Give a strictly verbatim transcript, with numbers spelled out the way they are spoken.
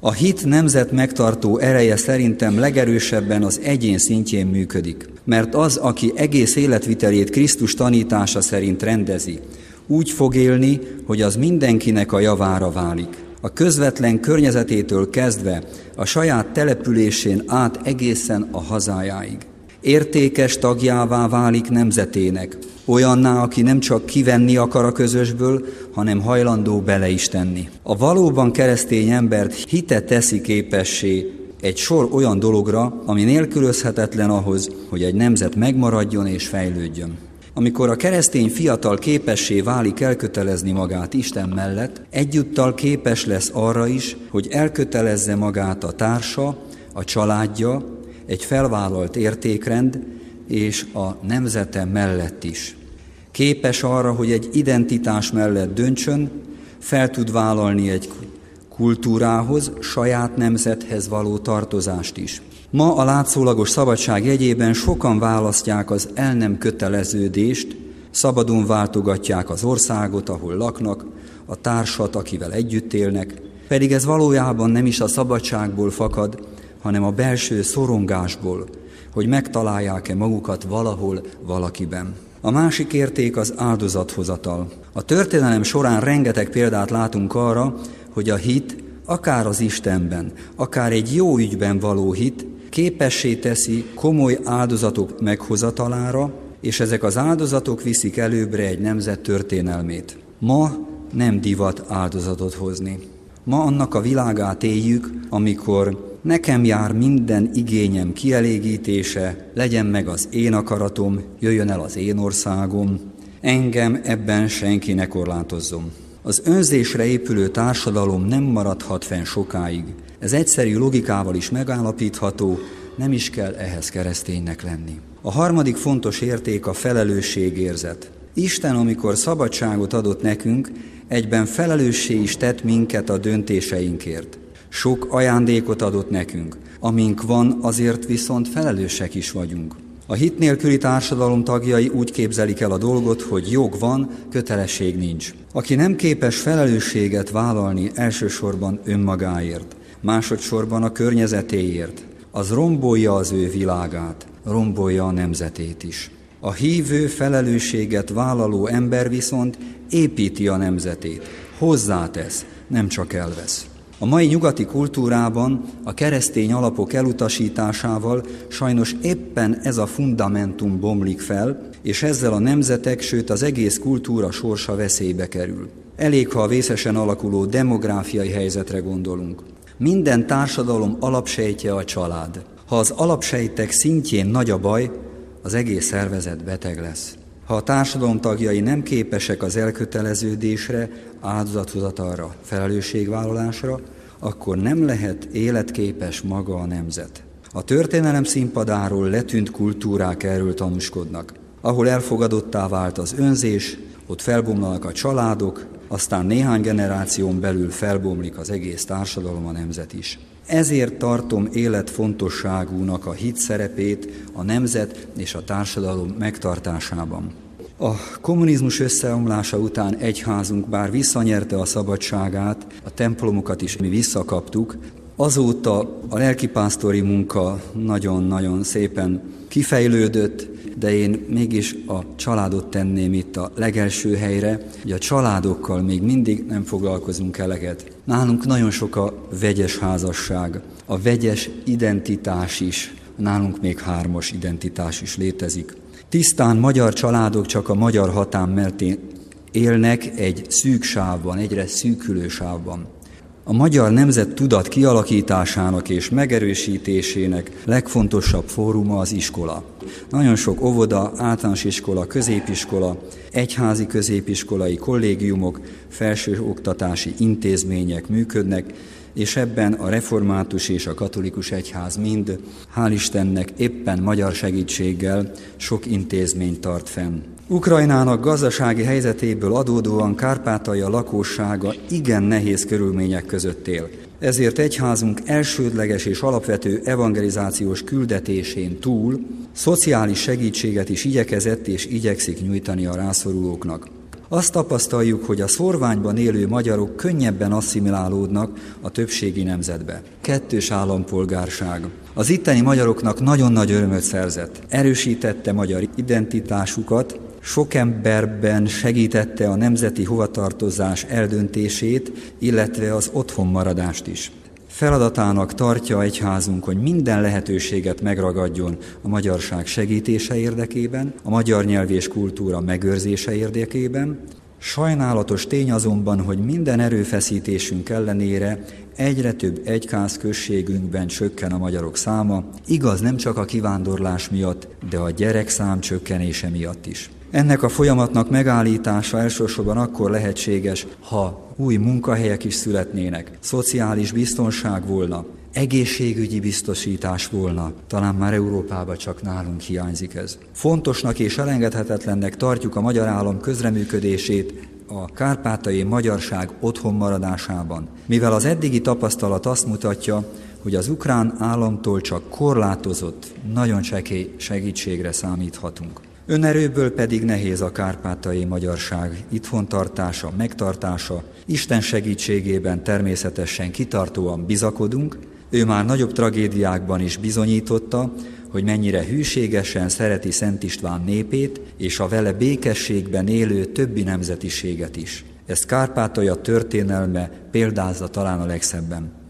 A hit nemzet megtartó ereje szerintem legerősebben az egyén szintjén működik, mert az, aki egész életvitelét Krisztus tanítása szerint rendezi, úgy fog élni, hogy az mindenkinek a javára válik. A közvetlen környezetétől kezdve a saját településén át egészen a hazájáig. Értékes tagjává válik nemzetének, olyanná, aki nem csak kivenni akar a közösből, hanem hajlandó bele is tenni. A valóban keresztény embert hite teszi képessé egy sor olyan dologra, ami nélkülözhetetlen ahhoz, hogy egy nemzet megmaradjon és fejlődjön. Amikor a keresztény fiatal képessé válik elkötelezni magát Isten mellett, egyúttal képes lesz arra is, hogy elkötelezze magát a társa, a családja, egy felvállalt értékrend és a nemzete mellett is. Képes arra, hogy egy identitás mellett döntsön, fel tud vállalni egy kultúrához, saját nemzethez való tartozást is. Ma a látszólagos szabadság jegyében sokan választják az el nem köteleződést, szabadon váltogatják az országot, ahol laknak, a társat, akivel együtt élnek, pedig ez valójában nem is a szabadságból fakad, hanem a belső szorongásból, hogy megtalálják-e magukat valahol, valakiben. A másik érték az áldozathozatal. A történelem során rengeteg példát látunk arra, hogy a hit, akár az Istenben, akár egy jó ügyben való hit, képessé teszi komoly áldozatok meghozatalára, és ezek az áldozatok viszik előbbre egy nemzet történelmét. Ma nem divat áldozatot hozni. Ma annak a világát éljük, amikor nekem jár minden igényem kielégítése, legyen meg az én akaratom, jöjjön el az én országom, engem ebben senki ne korlátozzon. Az önzésre épülő társadalom nem maradhat fenn sokáig. Ez egyszerű logikával is megállapítható, nem is kell ehhez kereszténynek lenni. A harmadik fontos érték a felelősségérzet. Isten, amikor szabadságot adott nekünk, egyben felelőssé is tett minket a döntéseinkért. Sok ajándékot adott nekünk, amink van, azért viszont felelősek is vagyunk. A hit nélküli társadalom tagjai úgy képzelik el a dolgot, hogy jog van, kötelesség nincs. Aki nem képes felelősséget vállalni elsősorban önmagáért, másodszorban a környezetéért, az rombolja az ő világát, rombolja a nemzetét is. A hívő, felelősséget vállaló ember viszont építi a nemzetét, hozzátesz, nem csak elvesz. A mai nyugati kultúrában a keresztény alapok elutasításával sajnos éppen ez a fundamentum bomlik fel, és ezzel a nemzetek, sőt az egész kultúra sorsa veszélybe kerül. Elég, ha a vészesen alakuló demográfiai helyzetre gondolunk. Minden társadalom alapsejtje a család. Ha az alapsejtek szintjén nagy a baj, az egész szervezet beteg lesz. Ha a társadalom tagjai nem képesek az elköteleződésre, áldozathozatalra, felelősségvállalásra, akkor nem lehet életképes maga a nemzet. A történelem színpadáról letűnt kultúrák erről tanúskodnak. Ahol elfogadottá vált az önzés, ott felbomlanak a családok, aztán néhány generáción belül felbomlik az egész társadalom, a nemzet is. Ezért tartom életfontosságúnak a hit szerepét a nemzet és a társadalom megtartásában. A kommunizmus összeomlása után egyházunk bár visszanyerte a szabadságát, a templomokat is mi visszakaptuk, azóta a lelkipásztori munka nagyon-nagyon szépen kifejlődött, de én mégis a családot tenném itt a legelső helyre, hogy a családokkal még mindig nem foglalkozunk eleget. Nálunk nagyon sok a vegyes házasság, a vegyes identitás is, nálunk még hármas identitás is létezik. Tisztán magyar családok csak a magyar határ mentén élnek egy szűk sávban, egyre szűkülő sávban. A magyar nemzet tudat kialakításának és megerősítésének legfontosabb fóruma az iskola. Nagyon sok óvoda, általános iskola, középiskola, egyházi középiskolai kollégiumok, felsőoktatási intézmények működnek, és ebben a református és a katolikus egyház mind, hál' Istennek, éppen magyar segítséggel sok intézményt tart fenn. Ukrajnának gazdasági helyzetéből adódóan Kárpátalja lakossága igen nehéz körülmények között él. Ezért egyházunk elsődleges és alapvető evangelizációs küldetésén túl szociális segítséget is igyekezett és igyekszik nyújtani a rászorulóknak. Azt tapasztaljuk, hogy a szórványban élő magyarok könnyebben asszimilálódnak a többségi nemzetbe. Kettős állampolgárság. Az itteni magyaroknak nagyon nagy örömöt szerzett. Erősítette magyar identitásukat, sok emberben segítette a nemzeti hovatartozás eldöntését, illetve az otthonmaradást is. Feladatának tartja egyházunk, hogy minden lehetőséget megragadjon a magyarság segítése érdekében, a magyar nyelv és kultúra megőrzése érdekében. Sajnálatos tény azonban, hogy minden erőfeszítésünk ellenére egyre több egyházközségünkben csökken a magyarok száma, igaz nem csak a kivándorlás miatt, de a gyerekszám csökkenése miatt is. Ennek a folyamatnak megállítása elsősorban akkor lehetséges, ha új munkahelyek is születnének, szociális biztonság volna, egészségügyi biztosítás volna, talán már Európában csak nálunk hiányzik ez. Fontosnak és elengedhetetlennek tartjuk a magyar állam közreműködését a kárpátaljai magyarság otthonmaradásában, mivel az eddigi tapasztalat azt mutatja, hogy az ukrán államtól csak korlátozott, nagyon csekély segítségre számíthatunk. Önerőből pedig nehéz a kárpátaljai magyarság itthontartása, megtartása, Isten segítségében természetesen kitartóan bizakodunk, ő már nagyobb tragédiákban is bizonyította, hogy mennyire hűségesen szereti Szent István népét és a vele békességben élő többi nemzetiséget is. Ezt Kárpátalja történelme példázza talán a legszebben.